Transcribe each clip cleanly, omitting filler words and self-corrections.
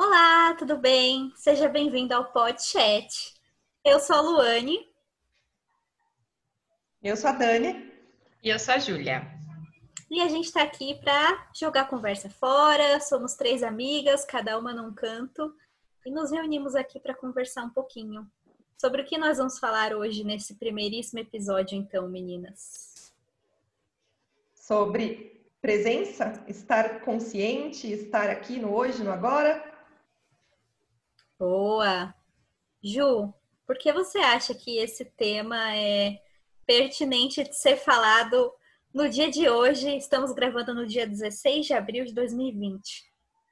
Olá, tudo bem? Seja bem-vindo ao PodChat. Eu sou a Luane. Eu sou a Dani. E eu sou a Júlia. E a gente está aqui para jogar conversa fora. Somos 3 amigas, cada uma num canto. E nos reunimos aqui para conversar um pouquinho. Sobre o que nós vamos falar hoje nesse primeiríssimo episódio, então, meninas? Sobre presença, estar consciente, estar aqui no hoje, no agora. Boa! Ju, por que você acha que esse tema é pertinente de ser falado no dia de hoje? Estamos gravando no dia 16 de abril de 2020.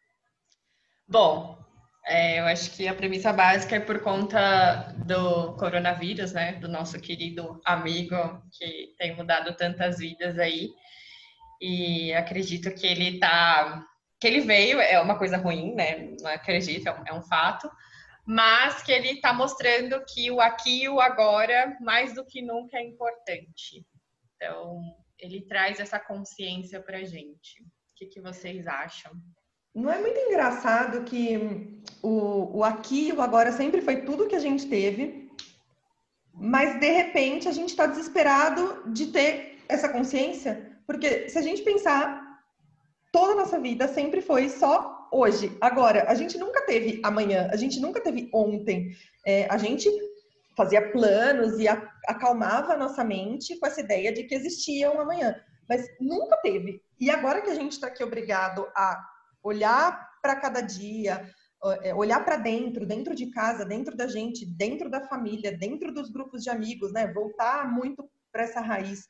Bom, eu acho que a premissa básica é por conta do coronavírus, né? Do nosso querido amigo que tem mudado tantas vidas aí. E acredito que ele veio, é uma coisa ruim, né? Não acredito, é um fato. Mas que ele está mostrando que o aqui e o agora, mais do que nunca, é importante. Então, ele traz essa consciência pra gente. O que vocês acham? Não é muito engraçado que o aqui e o agora sempre foi tudo que a gente teve, mas de repente a gente está desesperado de ter essa consciência? Porque se a gente pensar, toda a nossa vida sempre foi só hoje, agora. A gente nunca teve amanhã, a gente nunca teve ontem. A gente fazia planos e acalmava a nossa mente com essa ideia de que existia um amanhã, mas nunca teve. E agora que a gente está aqui obrigado a olhar para cada dia, olhar para dentro de casa, dentro da gente, dentro da família, dentro dos grupos de amigos, né? Voltar muito para essa raiz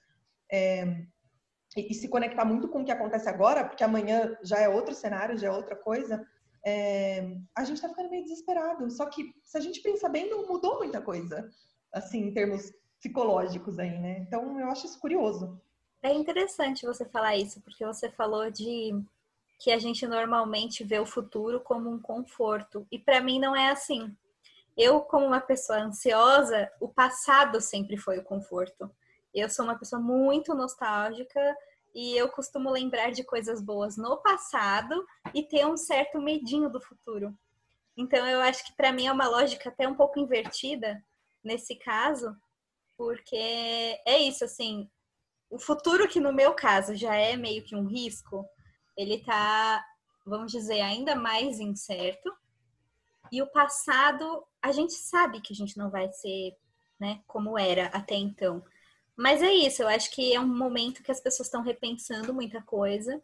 e se conectar muito com o que acontece agora, porque amanhã já é outro cenário, já é outra coisa. A gente tá ficando meio desesperado. Só que, se a gente pensar bem, não mudou muita coisa, assim, em termos psicológicos aí, né? Então, eu acho isso curioso. É interessante você falar isso, porque você falou de que a gente normalmente vê o futuro como um conforto. E para mim não é assim. Eu, como uma pessoa ansiosa, o passado sempre foi o conforto. Eu sou uma pessoa muito nostálgica e eu costumo lembrar de coisas boas no passado e ter um certo medinho do futuro. Então, eu acho que para mim é uma lógica até um pouco invertida nesse caso, porque é isso, assim, o futuro que no meu caso já é meio que um risco, ele tá, vamos dizer, ainda mais incerto. E o passado, a gente sabe que a gente não vai ser, né, como era até então. Mas é isso, eu acho que é um momento que as pessoas estão repensando muita coisa.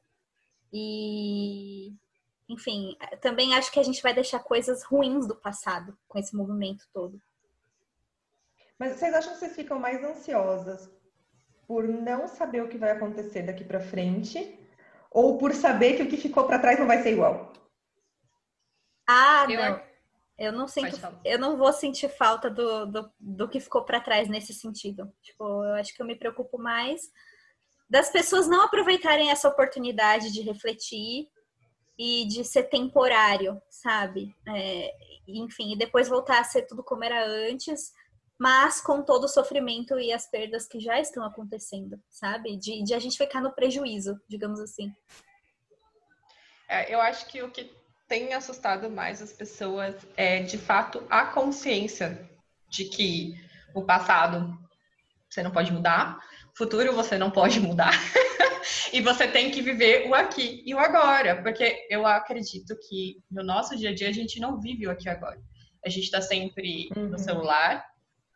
E, enfim, também acho que a gente vai deixar coisas ruins do passado com esse movimento todo. Mas vocês acham que vocês ficam mais ansiosas por não saber o que vai acontecer daqui para frente ou por saber que o que ficou para trás não vai ser igual? Ah, não. Eu não vou sentir falta do que ficou para trás nesse sentido. Tipo, eu acho que eu me preocupo mais das pessoas não aproveitarem essa oportunidade de refletir e de ser temporário, sabe? Enfim, e depois voltar a ser tudo como era antes, mas com todo o sofrimento e as perdas que já estão acontecendo, sabe? De a gente ficar no prejuízo, digamos assim. Eu acho que o que tem assustado mais as pessoas é, de fato, a consciência de que o passado você não pode mudar, o futuro você não pode mudar, e você tem que viver o aqui e o agora, porque eu acredito que no nosso dia a dia a gente não vive o aqui e agora. A gente está sempre no celular,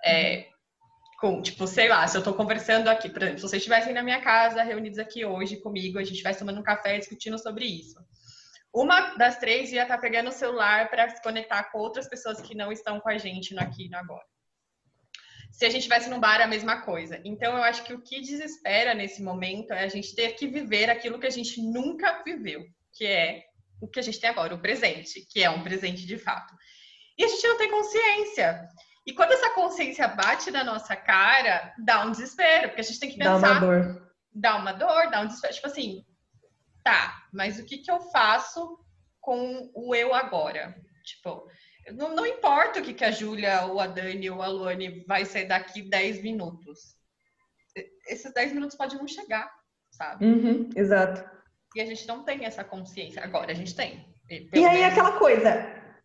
tipo, sei lá, se eu tô conversando aqui, por exemplo, se vocês estivessem na minha casa, reunidos aqui hoje comigo, a gente vai tomando um café discutindo sobre isso. Uma das 3 ia estar pegando o celular para se conectar com outras pessoas que não estão com a gente no aqui e no agora. Se a gente estivesse num bar, a mesma coisa. Então, eu acho que o que desespera nesse momento é a gente ter que viver aquilo que a gente nunca viveu, que é o que a gente tem agora, o presente, que é um presente de fato. E a gente não tem consciência. E quando essa consciência bate na nossa cara, dá um desespero, porque a gente tem que pensar... Dá uma dor. Dá uma dor, dá um desespero. Tipo assim, tá, mas o que eu faço com o eu agora? Tipo, não importa o que a Júlia, ou a Dani, ou a Luane vai ser daqui 10 minutos. Esses 10 minutos podem não chegar, sabe? Exato. E a gente não tem essa consciência. Agora a gente tem. E aí aquela coisa,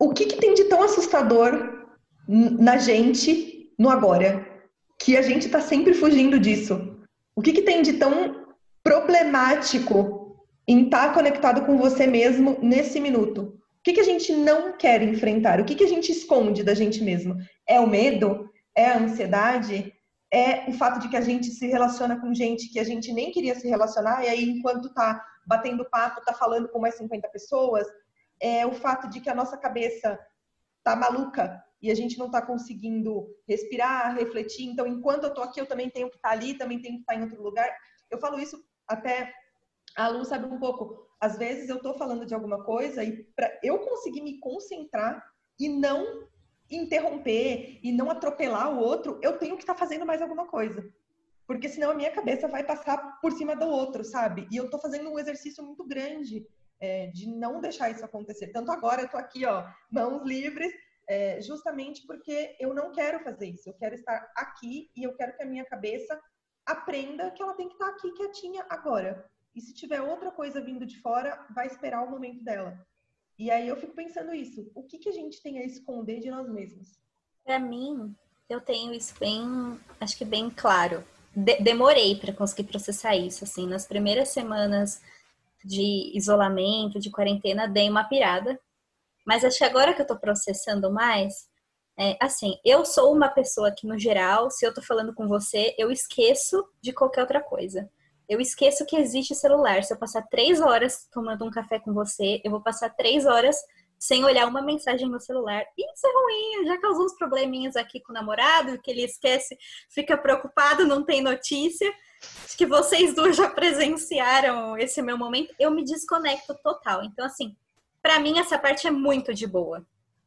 o que tem de tão assustador na gente no agora? Que a gente tá sempre fugindo disso. O que tem de tão problemático em estar conectado com você mesmo nesse minuto? O que a gente não quer enfrentar? O que a gente esconde da gente mesmo? É o medo? É a ansiedade? É o fato de que a gente se relaciona com gente que a gente nem queria se relacionar, e aí, enquanto tá batendo papo, tá falando com mais 50 pessoas? É o fato de que a nossa cabeça tá maluca e a gente não tá conseguindo respirar, refletir. Então, enquanto eu tô aqui, eu também tenho que estar ali, também tenho que estar em outro lugar. Eu falo isso até, a Lu sabe um pouco. Às vezes eu tô falando de alguma coisa e para eu conseguir me concentrar e não interromper e não atropelar o outro, eu tenho que estar fazendo mais alguma coisa. Porque senão a minha cabeça vai passar por cima do outro, sabe? E eu tô fazendo um exercício muito grande de não deixar isso acontecer. Tanto agora eu tô aqui, ó, mãos livres, justamente porque eu não quero fazer isso. Eu quero estar aqui e eu quero que a minha cabeça aprenda que ela tem que estar aqui quietinha agora. E se tiver outra coisa vindo de fora, vai esperar o momento dela. E aí eu fico pensando isso. O que a gente tem a esconder de nós mesmos? Para mim, eu tenho isso bem, acho que bem claro. Demorei para conseguir processar isso, assim, nas primeiras semanas de isolamento, de quarentena, dei uma pirada. Mas acho que agora que eu tô processando mais, assim, eu sou uma pessoa que, no geral, se eu tô falando com você, eu esqueço de qualquer outra coisa. Eu esqueço que existe celular. Se eu passar 3 horas tomando um café com você, eu vou passar 3 horas sem olhar uma mensagem no celular. E isso é ruim, já causou uns probleminhas aqui com o namorado, que ele esquece, fica preocupado, não tem notícia. Acho que vocês duas já presenciaram esse meu momento. Eu me desconecto total. Então, assim, pra mim essa parte é muito de boa.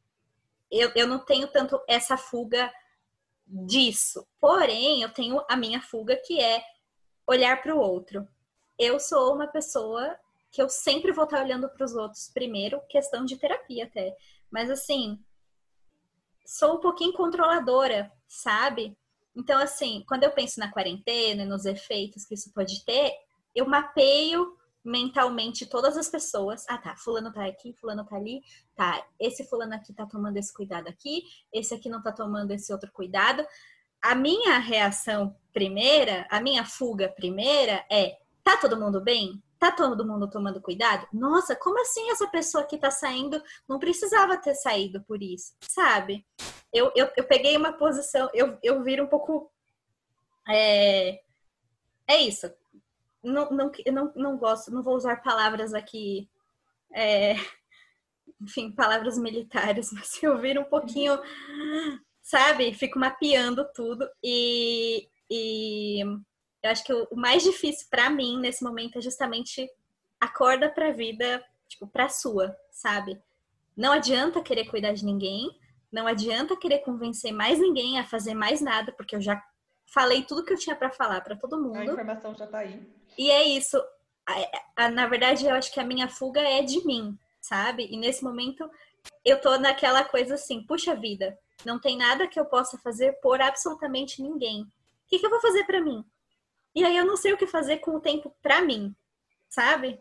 Eu não tenho tanto essa fuga disso. Porém, eu tenho a minha fuga, que é olhar para o outro. Eu sou uma pessoa que eu sempre vou estar olhando para os outros primeiro, questão de terapia até. Mas assim, sou um pouquinho controladora, sabe? Então, assim, quando eu penso na quarentena e nos efeitos que isso pode ter, eu mapeio mentalmente todas as pessoas. Ah, tá, fulano tá aqui, fulano tá ali. Tá, esse fulano aqui tá tomando esse cuidado aqui, esse aqui não tá tomando esse outro cuidado. A minha reação primeira, a minha fuga primeira é: tá todo mundo bem? Tá todo mundo tomando cuidado? Nossa, como assim essa pessoa que tá saindo não precisava ter saído por isso, sabe? Eu peguei uma posição, eu viro um pouco. É isso. Não gosto, não vou usar palavras aqui, enfim, palavras militares, mas eu viro um pouquinho, sabe? Fico mapeando tudo e eu acho que o mais difícil para mim nesse momento é justamente acorda pra vida, tipo, pra sua, sabe? Não adianta querer cuidar de ninguém, não adianta querer convencer mais ninguém a fazer mais nada, porque eu já falei tudo que eu tinha para falar para todo mundo. A informação já tá aí. E é isso. Na verdade, eu acho que a minha fuga é de mim, sabe? E nesse momento eu tô naquela coisa assim, puxa vida, não tem nada que eu possa fazer por absolutamente ninguém. O que eu vou fazer para mim? E aí eu não sei o que fazer com o tempo para mim, sabe?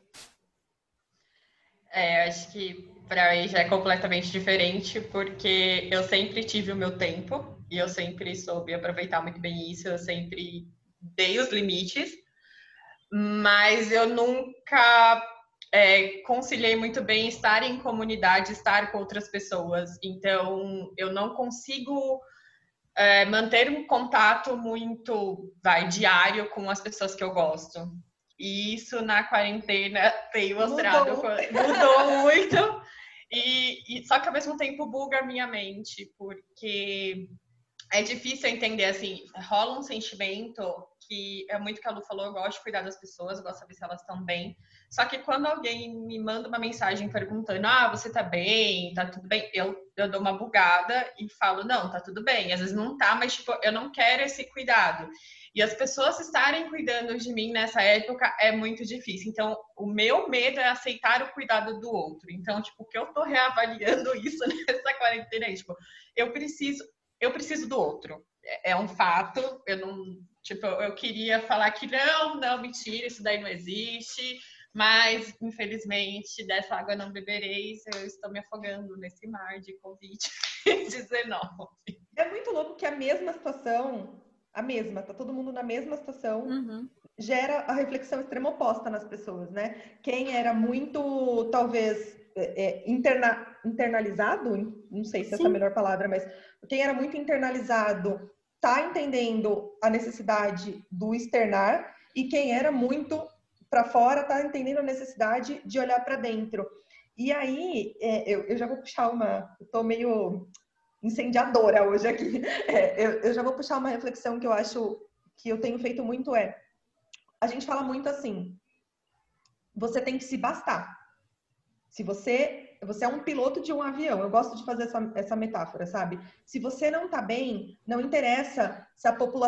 Acho que para mim já é completamente diferente, porque eu sempre tive o meu tempo e eu sempre soube aproveitar muito bem isso, eu sempre dei os limites, mas eu nunca conciliei muito bem estar em comunidade, estar com outras pessoas. Então, eu não consigo manter um contato muito diário com as pessoas que eu gosto. E isso na quarentena tem mostrado mudou muito. Só que ao mesmo tempo buga a minha mente, porque é difícil entender, assim, rola um sentimento que é muito que a Lu falou, eu gosto de cuidar das pessoas, eu gosto de saber se elas estão bem. Só que quando alguém me manda uma mensagem perguntando, você tá bem, tá tudo bem? Eu dou uma bugada e falo, não, tá tudo bem. Às vezes não tá, mas tipo, eu não quero esse cuidado. E as pessoas estarem cuidando de mim nessa época é muito difícil. Então, o meu medo é aceitar o cuidado do outro. Então, tipo, o que eu tô reavaliando isso nessa quarentena é, tipo, eu preciso do outro. É um fato. Eu não, tipo, eu queria falar que não, mentira, isso daí não existe. Mas, infelizmente, dessa água não bebereis, eu estou me afogando nesse mar de Covid-19. É muito louco que a mesma situação, tá todo mundo na mesma situação, gera a reflexão extrema oposta nas pessoas, né? Quem era muito, talvez, internalizado, não sei se essa é a melhor palavra, mas quem era muito internalizado tá entendendo a necessidade do externar, e quem era muito para fora tá entendendo a necessidade de olhar para dentro. E aí, eu já vou puxar eu tô meio incendiadora hoje aqui. Eu já vou puxar uma reflexão que eu acho que eu tenho feito muito a gente fala muito assim, você tem que se bastar. Se você é um piloto de um avião, eu gosto de fazer essa metáfora, sabe? Se você não tá bem, não interessa se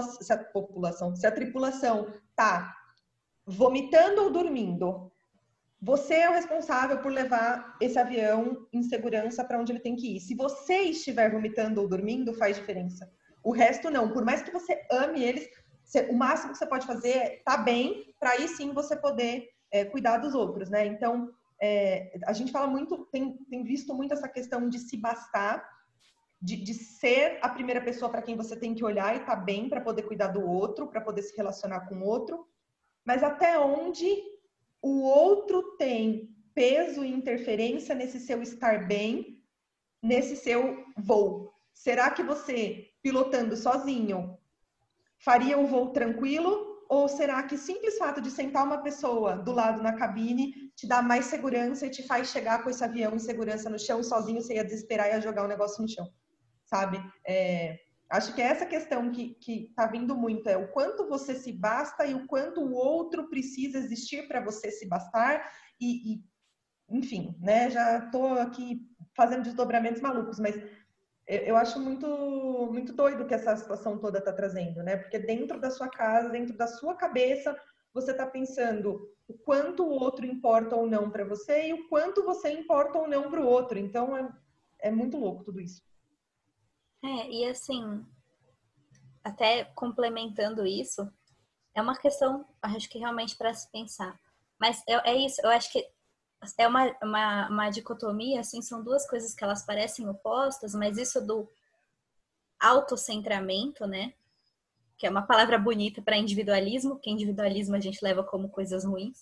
a tripulação tá vomitando ou dormindo. Você é o responsável por levar esse avião em segurança para onde ele tem que ir. Se você estiver vomitando ou dormindo, faz diferença. O resto não. Por mais que você ame eles, o máximo que você pode fazer é estar bem, para aí sim você poder cuidar dos outros, né? Então, a gente fala muito, tem visto muito essa questão de se bastar, de ser a primeira pessoa para quem você tem que olhar e estar bem para poder cuidar do outro, para poder se relacionar com o outro. Mas até onde o outro tem peso e interferência nesse seu estar bem, nesse seu voo? Será que você, pilotando sozinho, faria um voo tranquilo? Ou será que o simples fato de sentar uma pessoa do lado na cabine te dá mais segurança e te faz chegar com esse avião em segurança no chão, sozinho você ia desesperar e ia jogar o negócio no chão? Sabe? Acho que é essa questão que tá vindo muito, o quanto você se basta e o quanto o outro precisa existir para você se bastar e enfim, né? Já tô aqui fazendo desdobramentos malucos, mas eu acho muito, muito doido que essa situação toda tá trazendo, né? Porque dentro da sua casa, dentro da sua cabeça, você tá pensando o quanto o outro importa ou não para você e o quanto você importa ou não para o outro. Então, é muito louco tudo isso. E assim, até complementando isso, é uma questão, acho que realmente para se pensar. Mas é isso, eu acho que é uma dicotomia, assim, são duas coisas que elas parecem opostas, mas isso do autocentramento, né? Que é uma palavra bonita para individualismo, porque individualismo a gente leva como coisas ruins,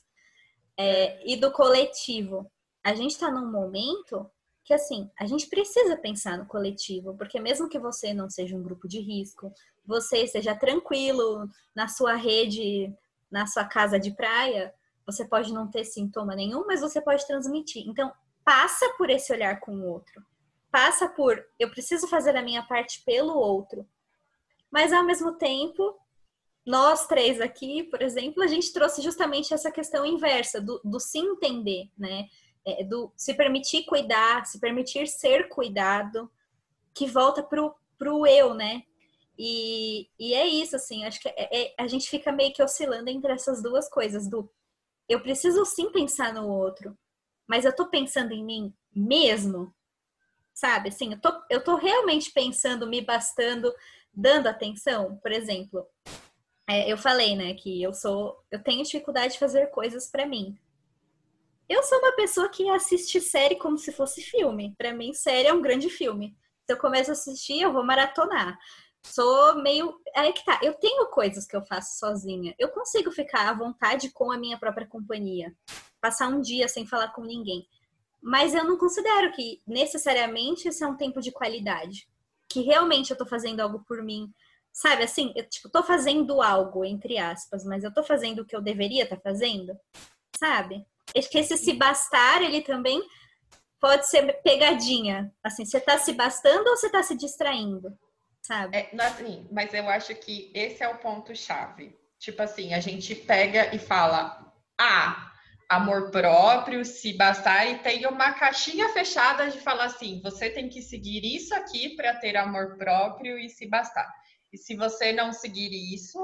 e do coletivo. A gente está num momento que, assim, a gente precisa pensar no coletivo, porque mesmo que você não seja um grupo de risco, você esteja tranquilo na sua rede, na sua casa de praia, você pode não ter sintoma nenhum, mas você pode transmitir. Então, passa por esse olhar com o outro. Passa por, eu preciso fazer a minha parte pelo outro. Mas, ao mesmo tempo, nós três aqui, por exemplo, a gente trouxe justamente essa questão inversa, do se entender, né? Do se permitir cuidar, se permitir ser cuidado, que volta pro eu, né? E é isso, assim, acho que a gente fica meio que oscilando entre essas duas coisas, do eu preciso sim pensar no outro, mas eu tô pensando em mim mesmo, sabe? Assim, eu tô realmente pensando, me bastando, dando atenção. Por exemplo, eu falei, né, que eu tenho dificuldade de fazer coisas pra mim. Eu sou uma pessoa que assiste série como se fosse filme. Pra mim, série é um grande filme. Se eu começo a assistir, eu vou maratonar. Sou meio... Aí que tá. Eu tenho coisas que eu faço sozinha. Eu consigo ficar à vontade com a minha própria companhia. Passar um dia sem falar com ninguém. Mas eu não considero que necessariamente esse é um tempo de qualidade. Que realmente eu tô fazendo algo por mim. Sabe, assim, eu tô fazendo algo, entre aspas, mas eu tô fazendo o que eu deveria estar fazendo. Sabe? Acho que esse se bastar, ele também pode ser pegadinha. Assim, você tá se bastando ou você tá se distraindo? Sabe? Assim, mas eu acho que esse é o ponto-chave. Tipo assim, a gente pega e fala, amor próprio, se bastar, e tem uma caixinha fechada de falar assim, você tem que seguir isso aqui para ter amor próprio e se bastar. E se você não seguir isso,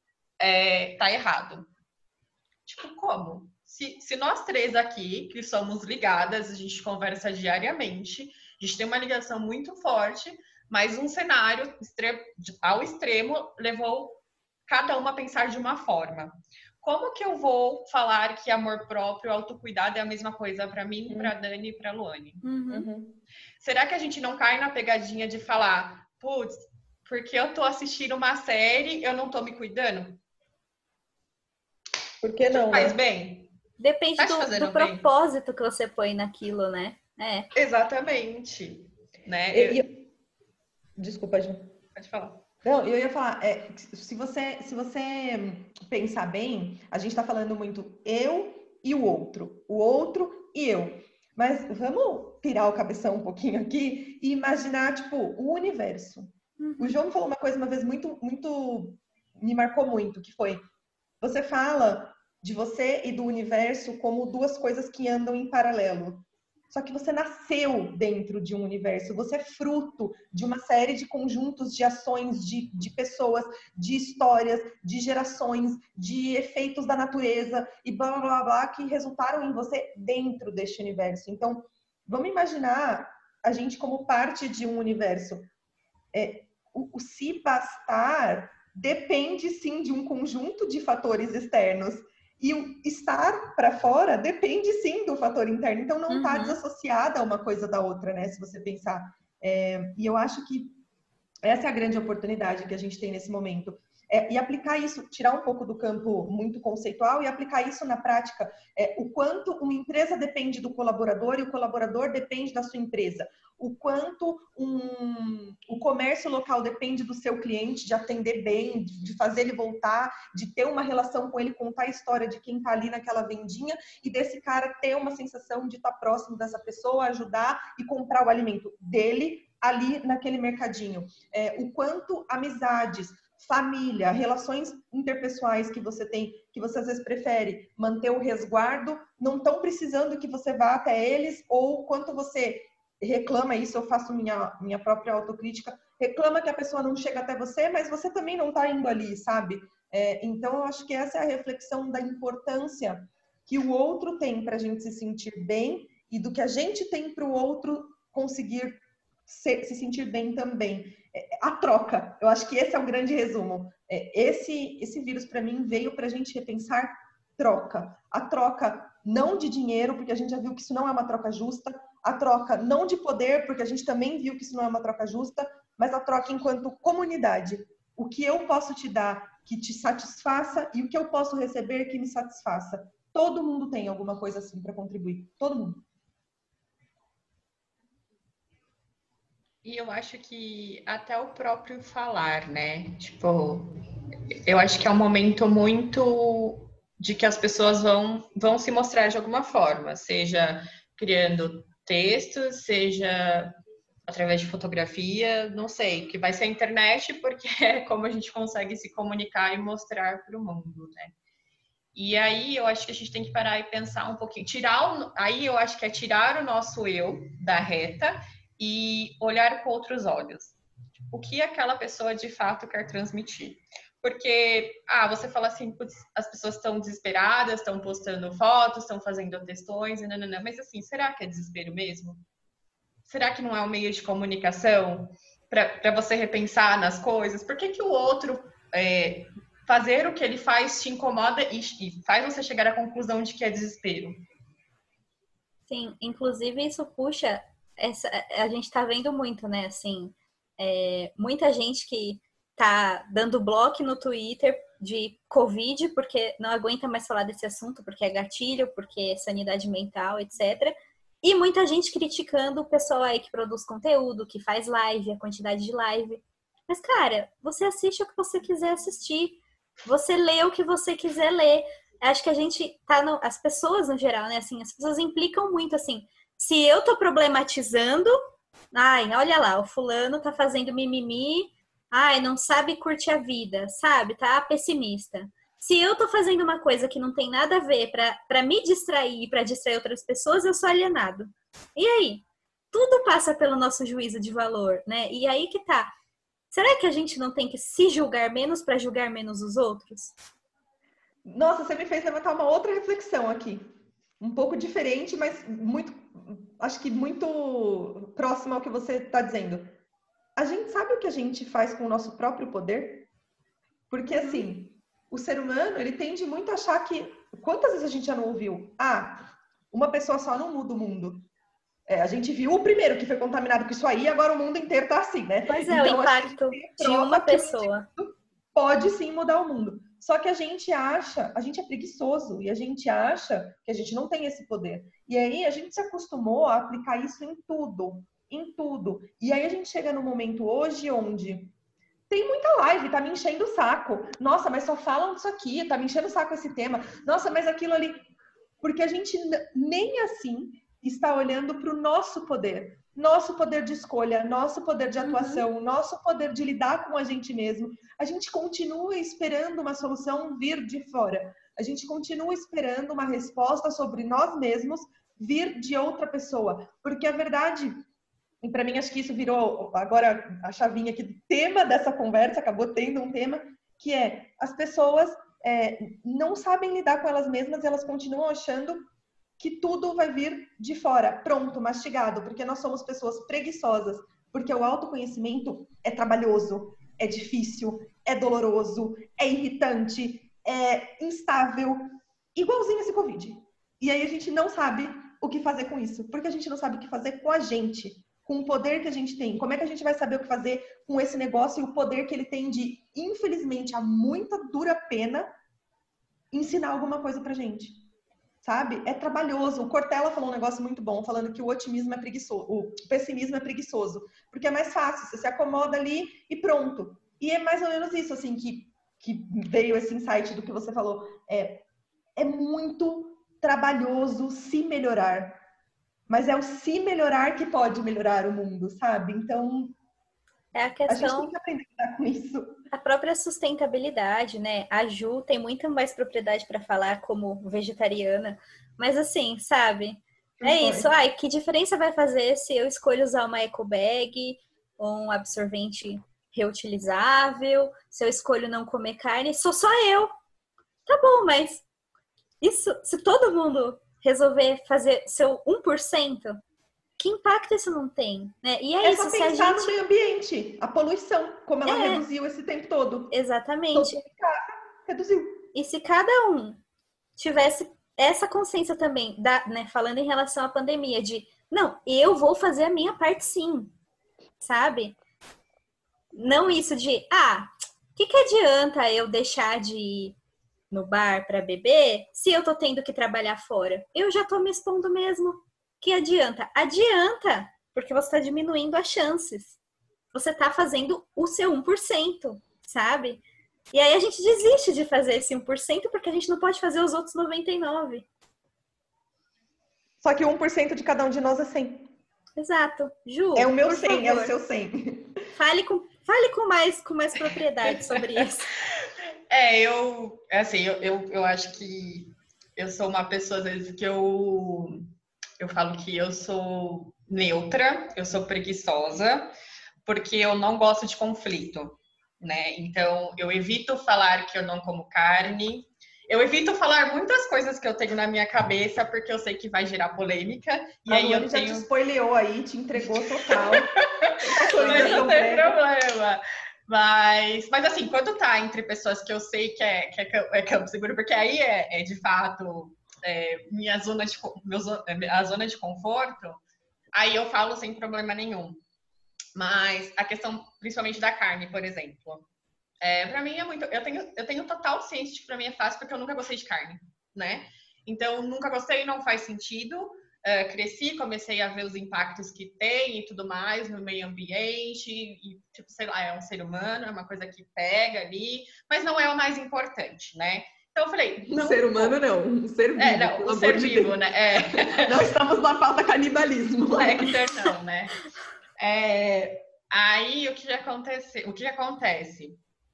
tá errado. Tipo, como? Se nós três aqui, que somos ligadas, a gente conversa diariamente, a gente tem uma ligação muito forte, mas um cenário ao extremo levou cada uma a pensar de uma forma. como que eu vou falar que amor próprio, autocuidado é a mesma coisa para mim, para Dani e para Luane? Será que a gente não cai na pegadinha de falar, putz, porque eu tô assistindo uma série, eu não tô me cuidando? Por que não, Faz né? bem? Depende Tá te do fazendo bem? propósito que você põe naquilo, né? Exatamente. Né? Desculpa, Ju. Pode falar. Não, eu ia falar, se você pensar bem, a gente está falando muito eu e o outro e eu. Mas vamos tirar o cabeção um pouquinho aqui e imaginar, tipo, o universo. O João me falou uma coisa uma vez muito me marcou muito, que foi, você fala de você e do universo como duas coisas que andam em paralelo. Só que você nasceu dentro de um universo, você é fruto de uma série de conjuntos de ações, de pessoas, de histórias, de gerações, de efeitos da natureza e blá, blá, blá, blá, que resultaram em você dentro deste universo. Então, vamos imaginar a gente como parte de um universo. O se bastar depende, sim, de um conjunto de fatores externos. E o estar para fora depende, sim, do fator interno. Então, não está desassociada uma coisa da outra, né? Se você pensar. E eu acho que essa é a grande oportunidade que a gente tem nesse momento. E aplicar isso, tirar um pouco do campo muito conceitual e aplicar isso na prática. O quanto uma empresa depende do colaborador e o colaborador depende da sua empresa. O quanto o comércio local depende do seu cliente, de atender bem, de fazer ele voltar, de ter uma relação com ele, contar a história de quem está ali naquela vendinha e desse cara ter uma sensação de estar próximo dessa pessoa, ajudar e comprar o alimento dele ali naquele mercadinho. O quanto amizades, família, relações interpessoais que você tem, que você às vezes prefere manter o resguardo, não estão precisando que você vá até eles, ou quanto você reclama isso, eu faço minha própria autocrítica, reclama que a pessoa não chega até você, mas você também não está indo ali, sabe? Então, eu acho que essa é a reflexão da importância que o outro tem para a gente se sentir bem e do que a gente tem para o outro conseguir se sentir bem também. A troca, eu acho que esse é o grande resumo. Esse vírus, para mim, veio para a gente repensar troca. A troca não de dinheiro, porque a gente já viu que isso não é uma troca justa. A troca não de poder, porque a gente também viu que isso não é uma troca justa. Mas a troca enquanto comunidade. O que eu posso te dar que te satisfaça e o que eu posso receber que me satisfaça. Todo mundo tem alguma coisa assim para contribuir. Todo mundo. E eu acho que até o próprio falar, né? Tipo, eu acho que é um momento muito de que as pessoas vão se mostrar de alguma forma, seja criando textos, seja através de fotografia, não sei, que vai ser a internet, porque é como a gente consegue se comunicar e mostrar para o mundo, né? E aí eu acho que a gente tem que parar e pensar um pouquinho, aí eu acho que é tirar o nosso eu da reta e olhar com outros olhos. O que aquela pessoa de fato quer transmitir. Porque, você fala assim, putz, as pessoas estão desesperadas, estão postando fotos, estão fazendo textões, nananã, mas assim, será que é desespero mesmo? Será que não é um meio de comunicação para você repensar nas coisas? Por que o outro fazer o que ele faz te incomoda e faz você chegar à conclusão de que é desespero? Sim, inclusive isso puxa, a gente tá vendo muito, né, assim, muita gente que tá dando bloco no Twitter de Covid, porque não aguenta mais falar desse assunto, porque é gatilho, porque é sanidade mental, etc. E muita gente criticando o pessoal aí que produz conteúdo, que faz live, a quantidade de live. Mas, cara, você assiste o que você quiser assistir. Você lê o que você quiser ler. Acho que a gente tá as pessoas no geral, né? Assim, as pessoas implicam muito assim. Se eu tô problematizando, ai, olha lá, o fulano tá fazendo mimimi, ai, não sabe curtir a vida, sabe? Tá pessimista. Se eu tô fazendo uma coisa que não tem nada a ver para me distrair e para distrair outras pessoas, eu sou alienado. E aí? Tudo passa pelo nosso juízo de valor, né? E aí que tá. Será que a gente não tem que se julgar menos para julgar menos os outros? Nossa, você me fez levantar uma outra reflexão aqui. Um pouco diferente, mas acho que muito próximo ao que você está dizendo. A gente sabe o que a gente faz com o nosso próprio poder? Porque, assim, o ser humano, ele tende muito a achar que... Quantas vezes a gente já não ouviu? Uma pessoa só não muda o mundo. A gente viu o primeiro que foi contaminado com isso aí, agora o mundo inteiro tá assim, né? Pois é, então, o impacto de uma pessoa. Pode sim mudar o mundo. Só que a gente é preguiçoso e a gente acha que a gente não tem esse poder. E aí a gente se acostumou a aplicar isso em tudo, em tudo. E aí a gente chega no momento hoje onde tem muita live, tá me enchendo o saco. Nossa, mas só falam disso aqui, tá me enchendo o saco esse tema. Nossa, mas aquilo ali... Porque a gente nem assim está olhando para o nosso poder de escolha, nosso poder de atuação, nosso poder de lidar com a gente mesmo. A gente continua esperando uma solução vir de fora. A gente continua esperando uma resposta sobre nós mesmos vir de outra pessoa. Porque a verdade, e para mim acho que isso virou agora a chavinha aqui do tema dessa conversa, acabou tendo um tema, que é as pessoas não sabem lidar com elas mesmas e elas continuam achando que tudo vai vir de fora, pronto, mastigado, porque nós somos pessoas preguiçosas, porque o autoconhecimento é trabalhoso, é difícil, é doloroso, é irritante, é instável, igualzinho esse Covid. E aí a gente não sabe o que fazer com isso, porque a gente não sabe o que fazer com a gente, com o poder que a gente tem. Como é que a gente vai saber o que fazer com esse negócio e o poder que ele tem de, infelizmente, a muita dura pena, ensinar alguma coisa pra gente? Sabe? É trabalhoso. O Cortella falou um negócio muito bom, falando que o otimismo é preguiçoso, o pessimismo é preguiçoso, porque é mais fácil, você se acomoda ali e pronto. E é mais ou menos isso, assim, que veio esse insight do que você falou. É muito trabalhoso se melhorar, mas é o se melhorar que pode melhorar o mundo, sabe? Então, É a questão... a gente tem que aprender a lidar com isso. A própria sustentabilidade, né? A Ju tem muita mais propriedade para falar como vegetariana, mas assim, sabe? Isso. Ai, que diferença vai fazer se eu escolho usar uma eco bag, um absorvente reutilizável, se eu escolho não comer carne? Sou só eu. Tá bom, mas isso, se todo mundo resolver fazer seu 1%, que impacto isso não tem, né? E é isso, só pensar no meio ambiente, a poluição, como ela reduziu esse tempo todo. Exatamente. Reduziu. E se cada um tivesse essa consciência também, né, falando em relação à pandemia, de não, eu vou fazer a minha parte sim, sabe? Não isso de, o que adianta eu deixar de ir no bar para beber se eu tô tendo que trabalhar fora? Eu já tô me expondo mesmo. Que adianta? Adianta, porque você está diminuindo as chances. Você está fazendo o seu 1%, sabe? E aí a gente desiste de fazer esse 1% porque a gente não pode fazer os outros 99%. Só que 1% de cada um de nós é 100. Exato. Ju, é o meu 100, favor, é o seu 100. Fale com mais propriedade sobre isso. Eu acho que eu sou uma pessoa, às vezes, que eu falo que eu sou neutra, eu sou preguiçosa, porque eu não gosto de conflito, né? Então, eu evito falar que eu não como carne, eu evito falar muitas coisas que eu tenho na minha cabeça, porque eu sei que vai gerar polêmica. E aí eu já te spoileou aí, te entregou total. Não tem problema. Mas assim, quando tá entre pessoas que eu sei que é campo seguro, porque aí de fato... a zona de conforto, aí eu falo sem problema nenhum. Mas a questão, principalmente da carne, por exemplo, pra mim é muito... Eu tenho total ciência de que pra mim é fácil, porque eu nunca gostei de carne, né? Então, nunca gostei, não faz sentido. Cresci, comecei a ver os impactos que tem e tudo mais no meio ambiente, e, tipo, sei lá, é um ser humano, é uma coisa que pega ali, mas não é o mais importante, né? Então eu falei... Um ser humano não, um ser vivo. Um ser vivo, né? Nós estamos na pauta canibalismo. Lecter não, né? Aí o que acontece?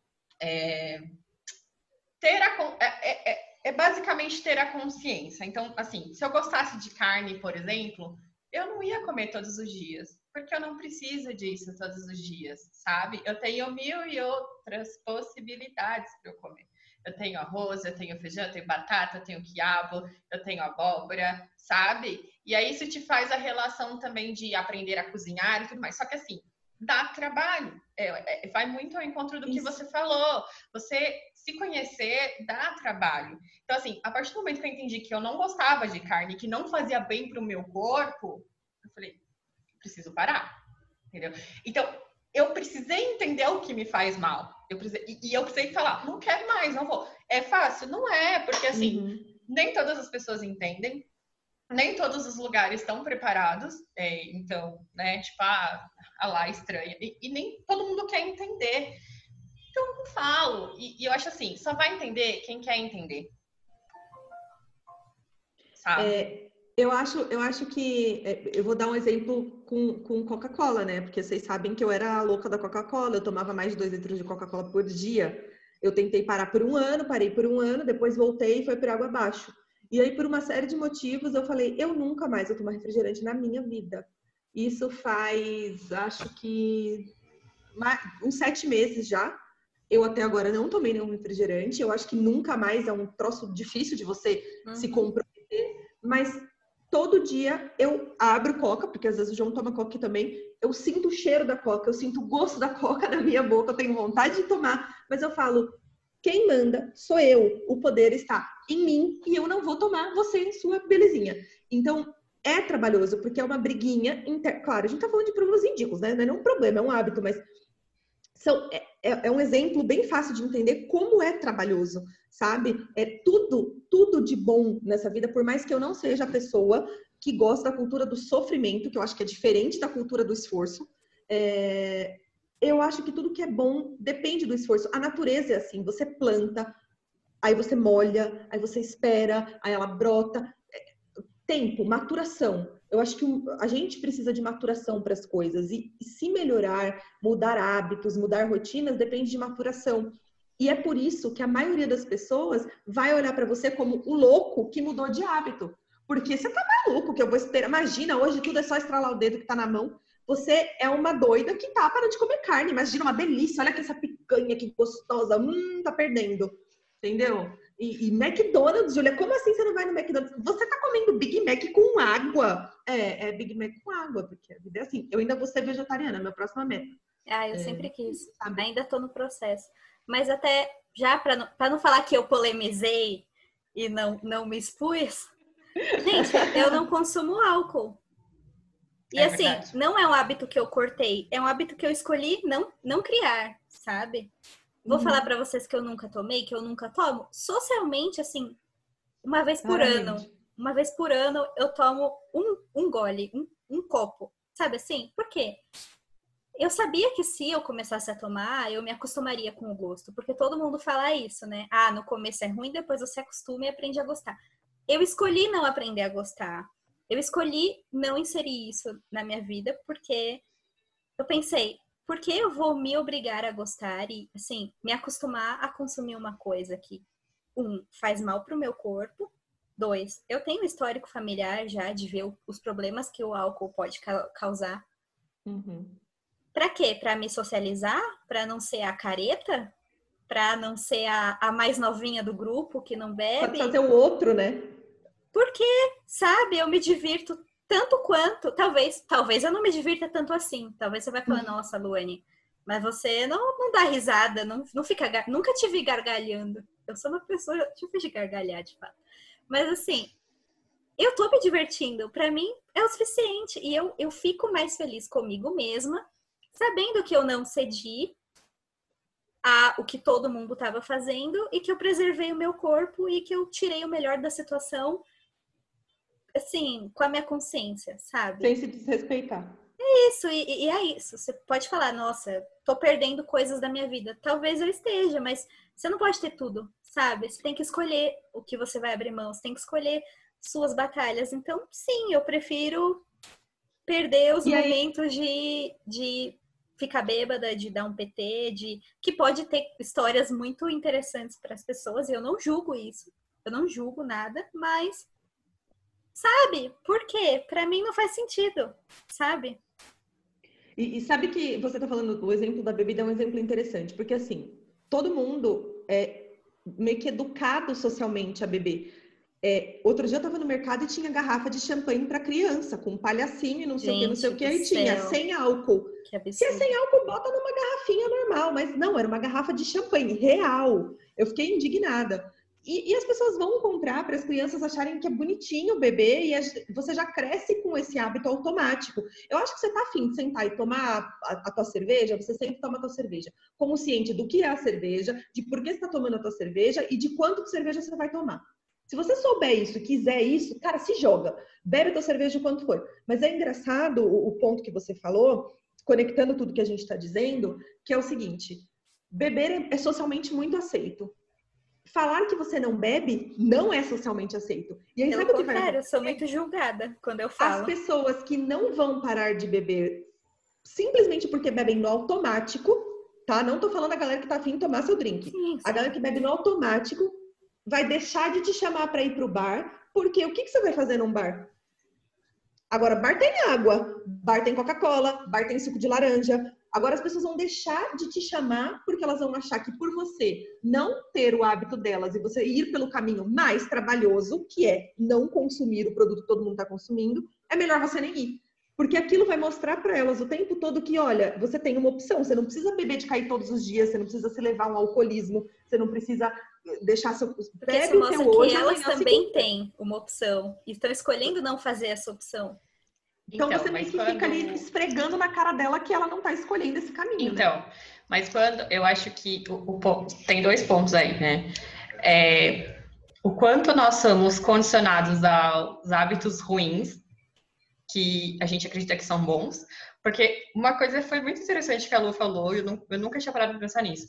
Basicamente ter a consciência. Então, assim, se eu gostasse de carne, por exemplo, eu não ia comer todos os dias, porque eu não preciso disso todos os dias, sabe? Eu tenho 1000 e outras possibilidades para eu comer. Eu tenho arroz, eu tenho feijão, eu tenho batata, eu tenho quiabo, eu tenho abóbora, sabe? E aí isso te faz a relação também de aprender a cozinhar e tudo mais. Só que assim, dá trabalho. Vai muito ao encontro do que você falou. Você se conhecer dá trabalho. Então, assim, a partir do momento que eu entendi que eu não gostava de carne, que não fazia bem pro meu corpo, eu falei, preciso parar, entendeu? Então, eu precisei entender o que me faz mal. Eu precisei falar, não quero mais, não vou. É fácil? Não é, porque assim, nem todas as pessoas entendem, nem todos os lugares estão preparados, então, né, tipo, lá estranha. E nem todo mundo quer entender. Então, eu não falo. E eu acho assim, só vai entender quem quer entender. Sabe? Eu acho que eu vou dar um exemplo com Coca-Cola, né? Porque vocês sabem que eu era a louca da Coca-Cola, eu tomava mais de 2 litros de Coca-Cola por dia. Eu tentei parar por um ano, parei por um ano, depois voltei e foi por água abaixo. E aí, por uma série de motivos, eu falei, eu nunca mais vou tomar refrigerante na minha vida. Isso faz, acho que uns 7 meses já. Eu até agora não tomei nenhum refrigerante. Eu acho que nunca mais, é um troço difícil de você se comprometer. Mas todo dia eu abro Coca, porque às vezes o João toma Coca aqui também. Eu sinto o cheiro da Coca, eu sinto o gosto da Coca na minha boca, eu tenho vontade de tomar. Mas eu falo, quem manda sou eu. O poder está em mim e eu não vou tomar você em sua belezinha. Então, é trabalhoso, porque é uma briguinha. Claro, a gente tá falando de problemas ridículos, né? Não é um problema, é um hábito, mas é um exemplo bem fácil de entender como é trabalhoso, sabe? É tudo de bom nessa vida, por mais que eu não seja a pessoa que gosta da cultura do sofrimento, que eu acho que é diferente da cultura do esforço. Eu acho que tudo que é bom depende do esforço. A natureza é assim, você planta, aí você molha, aí você espera, aí ela brota. Tempo, maturação. Eu acho que a gente precisa de maturação para as coisas. E se melhorar, mudar hábitos, mudar rotinas, depende de maturação. E é por isso que a maioria das pessoas vai olhar para você como o louco que mudou de hábito. Porque você tá maluco que eu vou esperar. Imagina, hoje tudo é só estralar o dedo que tá na mão. Você é uma doida que tá parando de comer carne. Imagina, uma delícia. Olha que essa picanha que gostosa. Tá perdendo. Entendeu? E McDonald's, Júlia, como assim você não vai no McDonald's? Você tá comendo Big Mac com água. É Big Mac com água, porque a vida é assim. Eu ainda vou ser vegetariana, minha próxima meta. Eu sempre quis. Ainda tô no processo. Mas até, já pra não falar que eu polemizei e não me expus, gente, eu não consumo álcool. E assim, verdade. Não é um hábito que eu cortei, é um hábito que eu escolhi não criar, sabe? Vou falar pra vocês que eu nunca tomei, que eu nunca tomo. Socialmente, assim, uma vez por ano, eu tomo um gole, um copo. Sabe assim? Por quê? Eu sabia que se eu começasse a tomar, eu me acostumaria com o gosto. Porque todo mundo fala isso, né? No começo é ruim, depois você acostuma e aprende a gostar. Eu escolhi não aprender a gostar. Eu escolhi não inserir isso na minha vida, porque eu pensei, por que eu vou me obrigar a gostar e, assim, me acostumar a consumir uma coisa que, faz mal pro meu corpo, 2, eu tenho um histórico familiar já de ver os problemas que o álcool pode causar. Pra quê? Pra me socializar? Pra não ser a careta? Pra não ser a mais novinha do grupo que não bebe? Pode fazer o outro, né? Porque, sabe, eu me divirto tanto quanto, talvez eu não me divirta tanto assim. Talvez você vai falar, nossa, Luane, mas você não dá risada, não fica, nunca te vi gargalhando. Eu sou uma pessoa difícil de gargalhar, de fato. Mas assim, eu tô me divertindo, pra mim é o suficiente. E eu fico mais feliz comigo mesma, sabendo que eu não cedi o que todo mundo estava fazendo e que eu preservei o meu corpo e que eu tirei o melhor da situação, assim, com a minha consciência, sabe? Sem se desrespeitar. Isso, e é isso. Você pode falar, nossa, tô perdendo coisas da minha vida. Talvez eu esteja, mas você não pode ter tudo, sabe? Você tem que escolher o que você vai abrir mão, você tem que escolher suas batalhas. Então, sim, eu prefiro perder os momentos de ficar bêbada, de dar um PT, que pode ter histórias muito interessantes para as pessoas, e eu não julgo isso. Eu não julgo nada, mas sabe? Por quê? Pra mim não faz sentido, sabe? E sabe que você tá falando, o exemplo da bebida é um exemplo interessante, porque assim, todo mundo é meio que educado socialmente a beber. Outro dia eu tava no mercado e tinha garrafa de champanhe para criança, com palhacinho e não sei o que, não sei o que. Aí tinha sem álcool. Que absurdo. Se é sem álcool, bota numa garrafinha normal. Mas não, era uma garrafa de champanhe real. Eu fiquei indignada. E as pessoas vão comprar para as crianças acharem que é bonitinho o bebê e você já cresce com esse hábito automático. Eu acho que você tá afim de sentar e tomar a tua cerveja, você sempre toma a tua cerveja. Consciente do que é a cerveja, de por que você está tomando a tua cerveja e de quanto de cerveja você vai tomar. Se você souber isso, quiser isso, cara, se joga. Bebe a tua cerveja o quanto for. Mas é engraçado o ponto que você falou, conectando tudo que a gente está dizendo, que é o seguinte: beber é socialmente muito aceito. Falar que você não bebe não é socialmente aceito. E aí, sabe o que vai acontecer? Eu sou muito julgada quando eu falo. As pessoas que não vão parar de beber simplesmente porque bebem no automático, tá? Não tô falando da galera que tá afim de tomar seu drink. Sim. A galera que bebe no automático vai deixar de te chamar para ir pro bar, porque o que você vai fazer num bar? Agora, bar tem água, bar tem Coca-Cola, bar tem suco de laranja. Agora as pessoas vão deixar de te chamar porque elas vão achar que por você não ter o hábito delas e você ir pelo caminho mais trabalhoso, que é não consumir o produto que todo mundo está consumindo, é melhor você nem ir. Porque aquilo vai mostrar para elas o tempo todo que, olha, você tem uma opção, você não precisa beber de cair todos os dias, você não precisa se levar a um alcoolismo, você não precisa deixar seu... Porque isso mostra que elas também têm uma opção e estão escolhendo não fazer essa opção. Então você meio que fica ali esfregando na cara dela que ela não tá escolhendo esse caminho. Então, né? Mas quando eu acho que tem 2 pontos aí, né? O quanto nós somos condicionados aos hábitos ruins, que a gente acredita que são bons, porque uma coisa foi muito interessante que a Lu falou, eu nunca tinha parado de pensar nisso.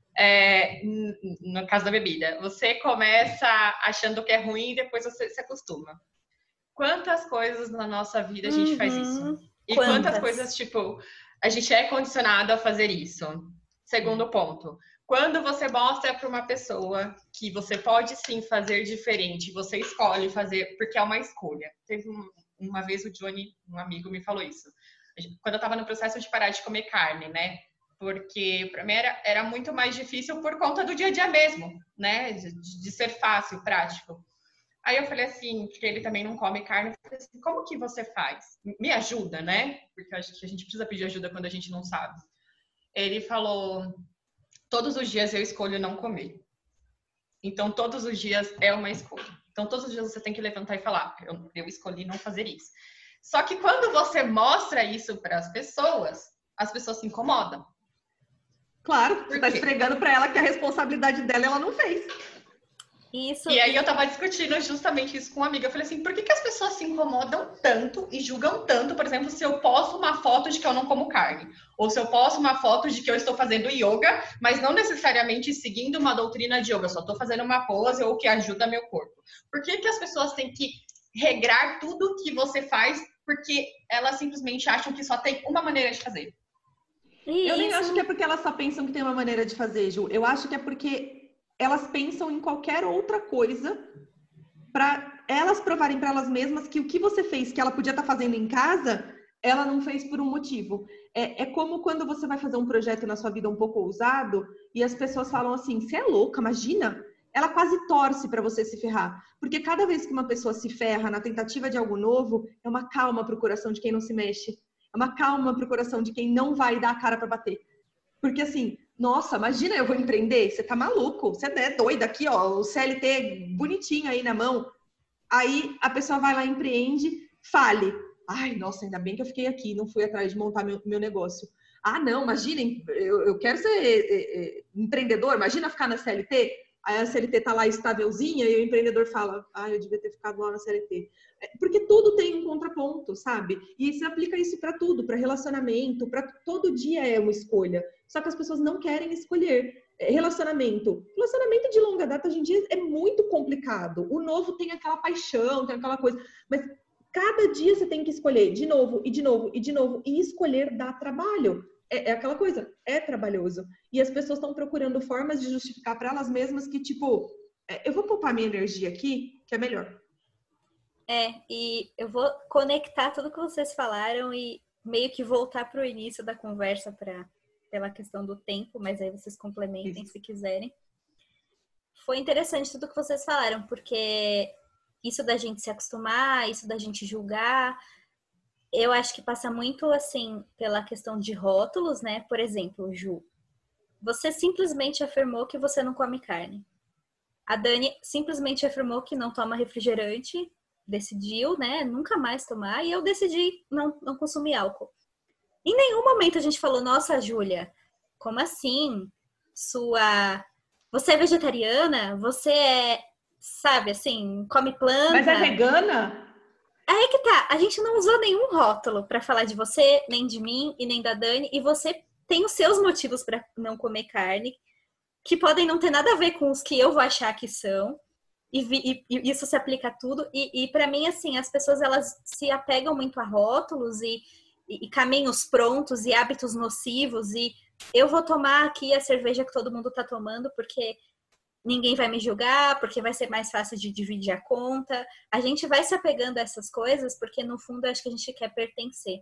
No caso da bebida, você começa achando que é ruim e depois você se acostuma. Quantas coisas na nossa vida a gente faz isso? E quantas coisas, tipo, a gente é condicionado a fazer isso? Segundo ponto, quando você mostra para uma pessoa que você pode sim fazer diferente, você escolhe fazer, porque é uma escolha. Teve uma vez o Johnny, um amigo, me falou isso. Quando eu estava no processo de parar de comer carne, né? Porque para mim era muito mais difícil por conta do dia a dia mesmo, né? De ser fácil, prático. Aí eu falei assim, porque ele também não come carne, eu falei assim, como que você faz? Me ajuda, né? Porque eu acho que a gente precisa pedir ajuda quando a gente não sabe. Ele falou, todos os dias eu escolho não comer. Então, todos os dias é uma escolha. Então, todos os dias você tem que levantar e falar, eu escolhi não fazer isso. Só que quando você mostra isso para as pessoas se incomodam. Claro, você tá esfregando para ela que a responsabilidade dela ela não fez. Isso. E aí eu tava discutindo justamente isso com uma amiga. Eu falei assim, por que as pessoas se incomodam tanto e julgam tanto, por exemplo, se eu posto uma foto de que eu não como carne? Ou se eu posto uma foto de que eu estou fazendo yoga, mas não necessariamente seguindo uma doutrina de yoga, eu só estou fazendo uma pose ou que ajuda meu corpo. Por que as pessoas têm que regrar tudo que você faz porque elas simplesmente acham que só tem uma maneira de fazer? Eu nem acho que é porque elas só pensam que tem uma maneira de fazer, Ju. Eu acho que é porque elas pensam em qualquer outra coisa para elas provarem para elas mesmas que o que você fez, que ela podia estar fazendo em casa, ela não fez por um motivo. É como quando você vai fazer um projeto na sua vida um pouco ousado e as pessoas falam assim, você é louca, imagina? Ela quase torce para você se ferrar. Porque cada vez que uma pessoa se ferra na tentativa de algo novo, é uma calma pro coração de quem não se mexe. É uma calma pro coração de quem não vai dar a cara para bater. Porque assim, nossa, imagina eu vou empreender? Você tá maluco? Você é doida aqui, ó, o CLT bonitinho aí na mão. Aí a pessoa vai lá, empreende, fale. Ai, nossa, ainda bem que eu fiquei aqui, não fui atrás de montar meu negócio. Ah, não, imaginem, eu quero ser empreendedor, imagina ficar na CLT. Aí a CLT tá lá estávelzinha e o empreendedor fala, eu devia ter ficado lá na CLT. Porque tudo tem um contraponto, sabe? E você aplica isso para tudo, para relacionamento, para todo dia é uma escolha. Só que as pessoas não querem escolher. Relacionamento de longa data hoje em dia é muito complicado. O novo tem aquela paixão, tem aquela coisa, mas cada dia você tem que escolher de novo, e de novo, e de novo, e escolher dá trabalho. É aquela coisa, é trabalhoso. E as pessoas estão procurando formas de justificar para elas mesmas que, tipo, eu vou poupar minha energia aqui, que é melhor. E eu vou conectar tudo que vocês falaram e meio que voltar para o início da conversa pela questão do tempo, mas aí vocês complementem se quiserem. Foi interessante tudo que vocês falaram, porque isso da gente se acostumar, isso da gente julgar, eu acho que passa muito, assim, pela questão de rótulos, né? Por exemplo, Ju, você simplesmente afirmou que você não come carne. A Dani simplesmente afirmou que não toma refrigerante, decidiu, né, nunca mais tomar, e eu decidi não consumir álcool. Em nenhum momento a gente falou, nossa, Júlia, como assim? Você é vegetariana? Você é, sabe, assim, come planta? Mas é vegana? Aí que tá, a gente não usou nenhum rótulo pra falar de você, nem de mim e nem da Dani, e você tem os seus motivos pra não comer carne, que podem não ter nada a ver com os que eu vou achar que são, e isso se aplica a tudo, e para mim, assim, as pessoas, elas se apegam muito a rótulos e caminhos prontos e hábitos nocivos, e eu vou tomar aqui a cerveja que todo mundo tá tomando, porque ninguém vai me julgar, porque vai ser mais fácil de dividir a conta. A gente vai se apegando a essas coisas, porque no fundo, eu acho que a gente quer pertencer.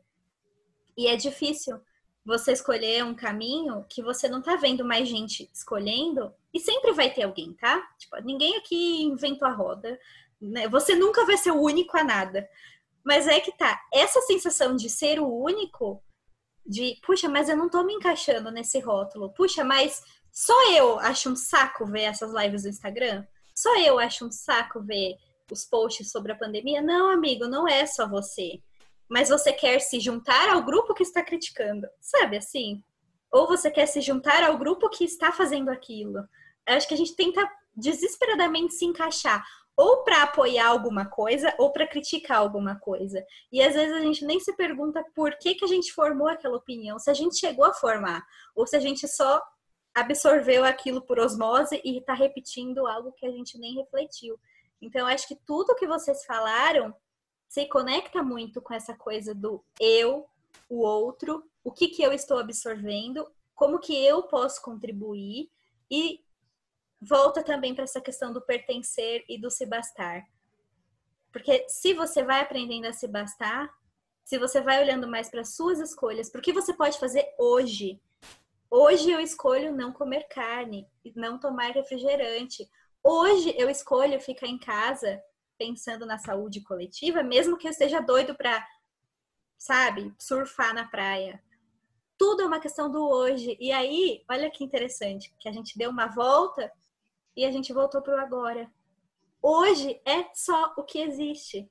E é difícil você escolher um caminho que você não tá vendo mais gente escolhendo, e sempre vai ter alguém, tá? Tipo, ninguém aqui inventou a roda, né? Você nunca vai ser o único a nada. Mas é que tá, essa sensação de ser o único, de, puxa, mas eu não tô me encaixando nesse rótulo. Puxa, mas só eu acho um saco ver essas lives do Instagram? Só eu acho um saco ver os posts sobre a pandemia? Não, amigo, não é só você. Mas você quer se juntar ao grupo que está criticando, sabe assim? Ou você quer se juntar ao grupo que está fazendo aquilo. Eu acho que a gente tenta desesperadamente se encaixar ou para apoiar alguma coisa ou para criticar alguma coisa. E às vezes a gente nem se pergunta por que a gente formou aquela opinião, se a gente chegou a formar, ou se a gente só absorveu aquilo por osmose e está repetindo algo que a gente nem refletiu. Então, eu acho que tudo que vocês falaram se conecta muito com essa coisa do eu, o outro, o que eu estou absorvendo, como que eu posso contribuir, e volta também para essa questão do pertencer e do se bastar. Porque se você vai aprendendo a se bastar, se você vai olhando mais para suas escolhas, para o que você pode fazer hoje. Hoje eu escolho não comer carne, não tomar refrigerante. Hoje eu escolho ficar em casa pensando na saúde coletiva, mesmo que eu esteja doido para, sabe, surfar na praia. Tudo é uma questão do hoje. E aí, olha que interessante, que a gente deu uma volta e a gente voltou para o agora. Hoje é só o que existe.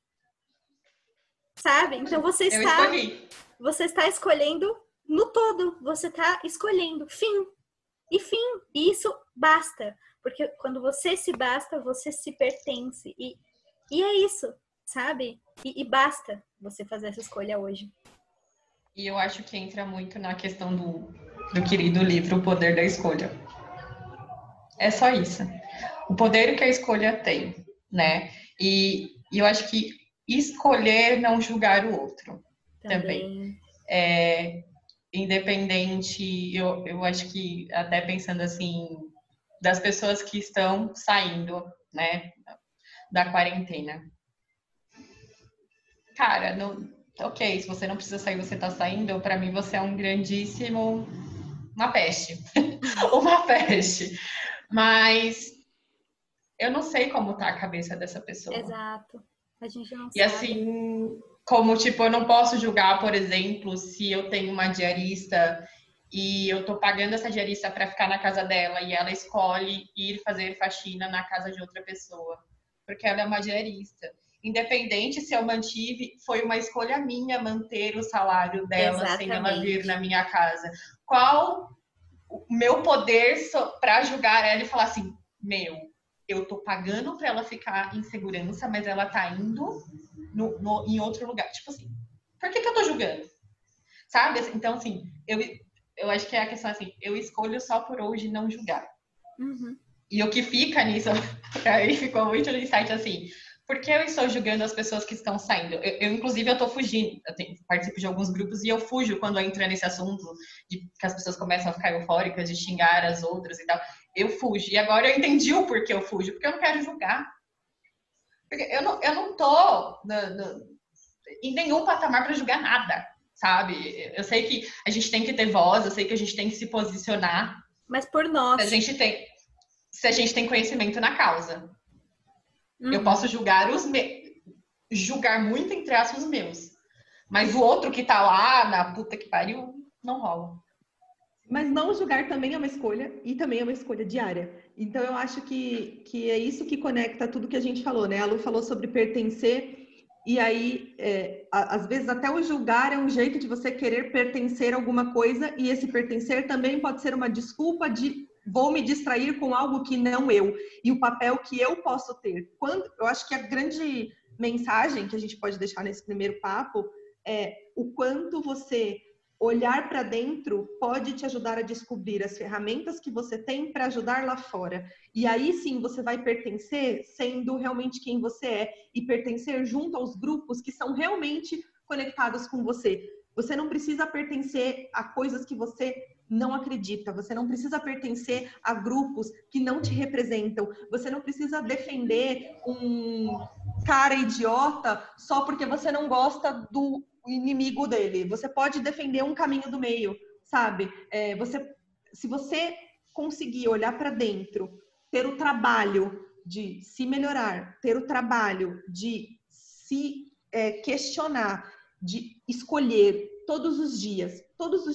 Sabe? Então você está escolhendo no todo. Você está escolhendo fim. E fim. E isso basta. Porque quando você se basta, você se pertence. E é isso, sabe? E basta você fazer essa escolha hoje. E eu acho que entra muito na questão do querido livro O Poder da Escolha. É só isso. O poder que a escolha tem, né? E eu acho que escolher não julgar o outro também. Independente, eu acho que até pensando assim, das pessoas que estão saindo, né, da quarentena. Cara, ok, se você não precisa sair, você tá saindo, pra mim você é um grandíssimo... uma peste. Uma peste. Mas eu não sei como tá a cabeça dessa pessoa. Exato. A gente não sabe. E assim, como, tipo, eu não posso julgar, por exemplo, se eu tenho uma diarista e eu tô pagando essa diarista pra ficar na casa dela e ela escolhe ir fazer faxina na casa de outra pessoa. Porque ela é uma diarista. Independente se eu mantive, foi uma escolha minha manter o salário dela sem ela vir na minha casa. Qual o meu poder para julgar ela e falar assim, eu tô pagando para ela ficar em segurança, mas ela tá indo em outro lugar. Tipo assim, por que eu tô julgando? Sabe? Então, assim, eu acho que é a questão assim, eu escolho só por hoje não julgar. Uhum. E o que fica nisso, aí ficou muito no insight assim, por que eu estou julgando as pessoas que estão saindo? Inclusive, eu tô fugindo. Participo de alguns grupos e eu fujo quando entra nesse assunto de que as pessoas começam a ficar eufóricas, de xingar as outras e tal. Eu fujo. E agora eu entendi o porquê eu fujo. Porque eu não quero julgar. Porque eu não tô em nenhum patamar para julgar nada, sabe? Eu sei que a gente tem que ter voz, eu sei que a gente tem que se posicionar. Mas por nós. Se a gente tem conhecimento na causa. Eu posso julgar julgar muito, entre aspas, os meus. Mas o outro que tá lá na puta que pariu, não rola. Mas não julgar também é uma escolha, e também é uma escolha diária. Então, eu acho que é isso que conecta tudo que a gente falou, né? A Lu falou sobre pertencer, e aí, às vezes, até o julgar é um jeito de você querer pertencer a alguma coisa, e esse pertencer também pode ser uma desculpa de vou me distrair com algo que não eu, e o papel que eu posso ter. Eu acho que a grande mensagem que a gente pode deixar nesse primeiro papo é o quanto você olhar para dentro pode te ajudar a descobrir as ferramentas que você tem para ajudar lá fora. E aí sim você vai pertencer sendo realmente quem você é e pertencer junto aos grupos que são realmente conectados com você. Você não precisa pertencer a coisas que você não acredita, você não precisa pertencer a grupos que não te representam, você não precisa defender um cara idiota só porque você não gosta do inimigo dele. Você pode defender um caminho do meio, sabe? Se você conseguir olhar para dentro, ter o trabalho de se melhorar, ter o trabalho de se questionar, de escolher todos os dias,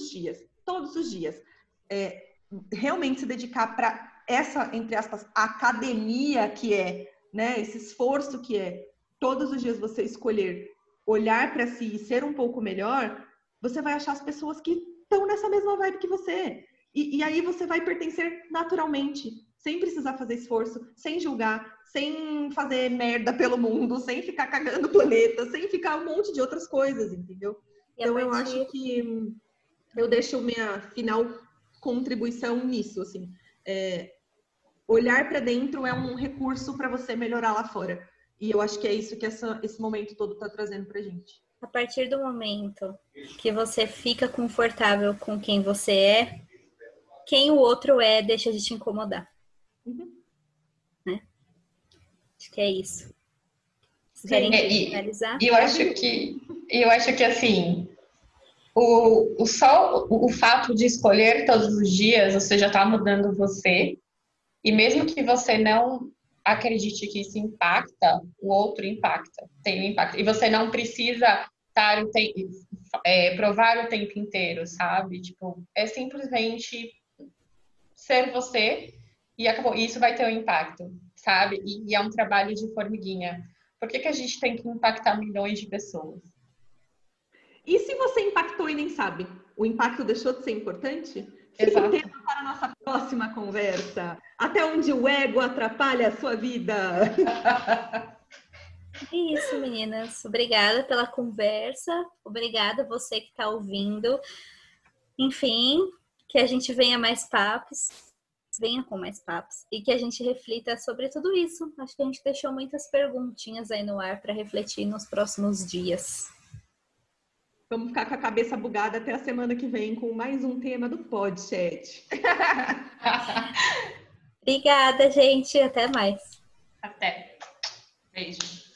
realmente se dedicar para essa, entre aspas, academia que é, né? Esse esforço que é todos os dias você escolher olhar para si e ser um pouco melhor, você vai achar as pessoas que estão nessa mesma vibe que você. E aí você vai pertencer naturalmente, sem precisar fazer esforço, sem julgar, sem fazer merda pelo mundo, sem ficar cagando o planeta, sem ficar um monte de outras coisas, entendeu? Então eu acho que eu deixo minha final contribuição nisso, assim. Olhar para dentro é um recurso para você melhorar lá fora. E eu acho que é isso que esse momento todo está trazendo pra gente. A partir do momento que você fica confortável com quem você é, quem o outro é deixa de te incomodar. Né? Acho que é isso. Vocês querem finalizar? E eu acho que assim, o fato de escolher todos os dias, você já está mudando você. E mesmo que você não acredite que isso impacta, o outro impacta, tem um impacto. E você não precisa provar o tempo inteiro, sabe? Tipo, é simplesmente ser você e acabou. E isso vai ter um impacto, sabe? E é um trabalho de formiguinha. Por que a gente tem que impactar milhões de pessoas? E se você impactou e nem sabe? O impacto deixou de ser importante? Fica o tema para a nossa próxima conversa. Até onde o ego atrapalha a sua vida. É isso, meninas. Obrigada pela conversa. Obrigada a você que está ouvindo. Enfim, que a gente venha com mais papos e que a gente reflita sobre tudo isso. Acho que a gente deixou muitas perguntinhas aí no ar para refletir nos próximos dias. Vamos ficar com a cabeça bugada até a semana que vem com mais um tema do Podchat. Obrigada, gente. Até mais. Até. Beijo.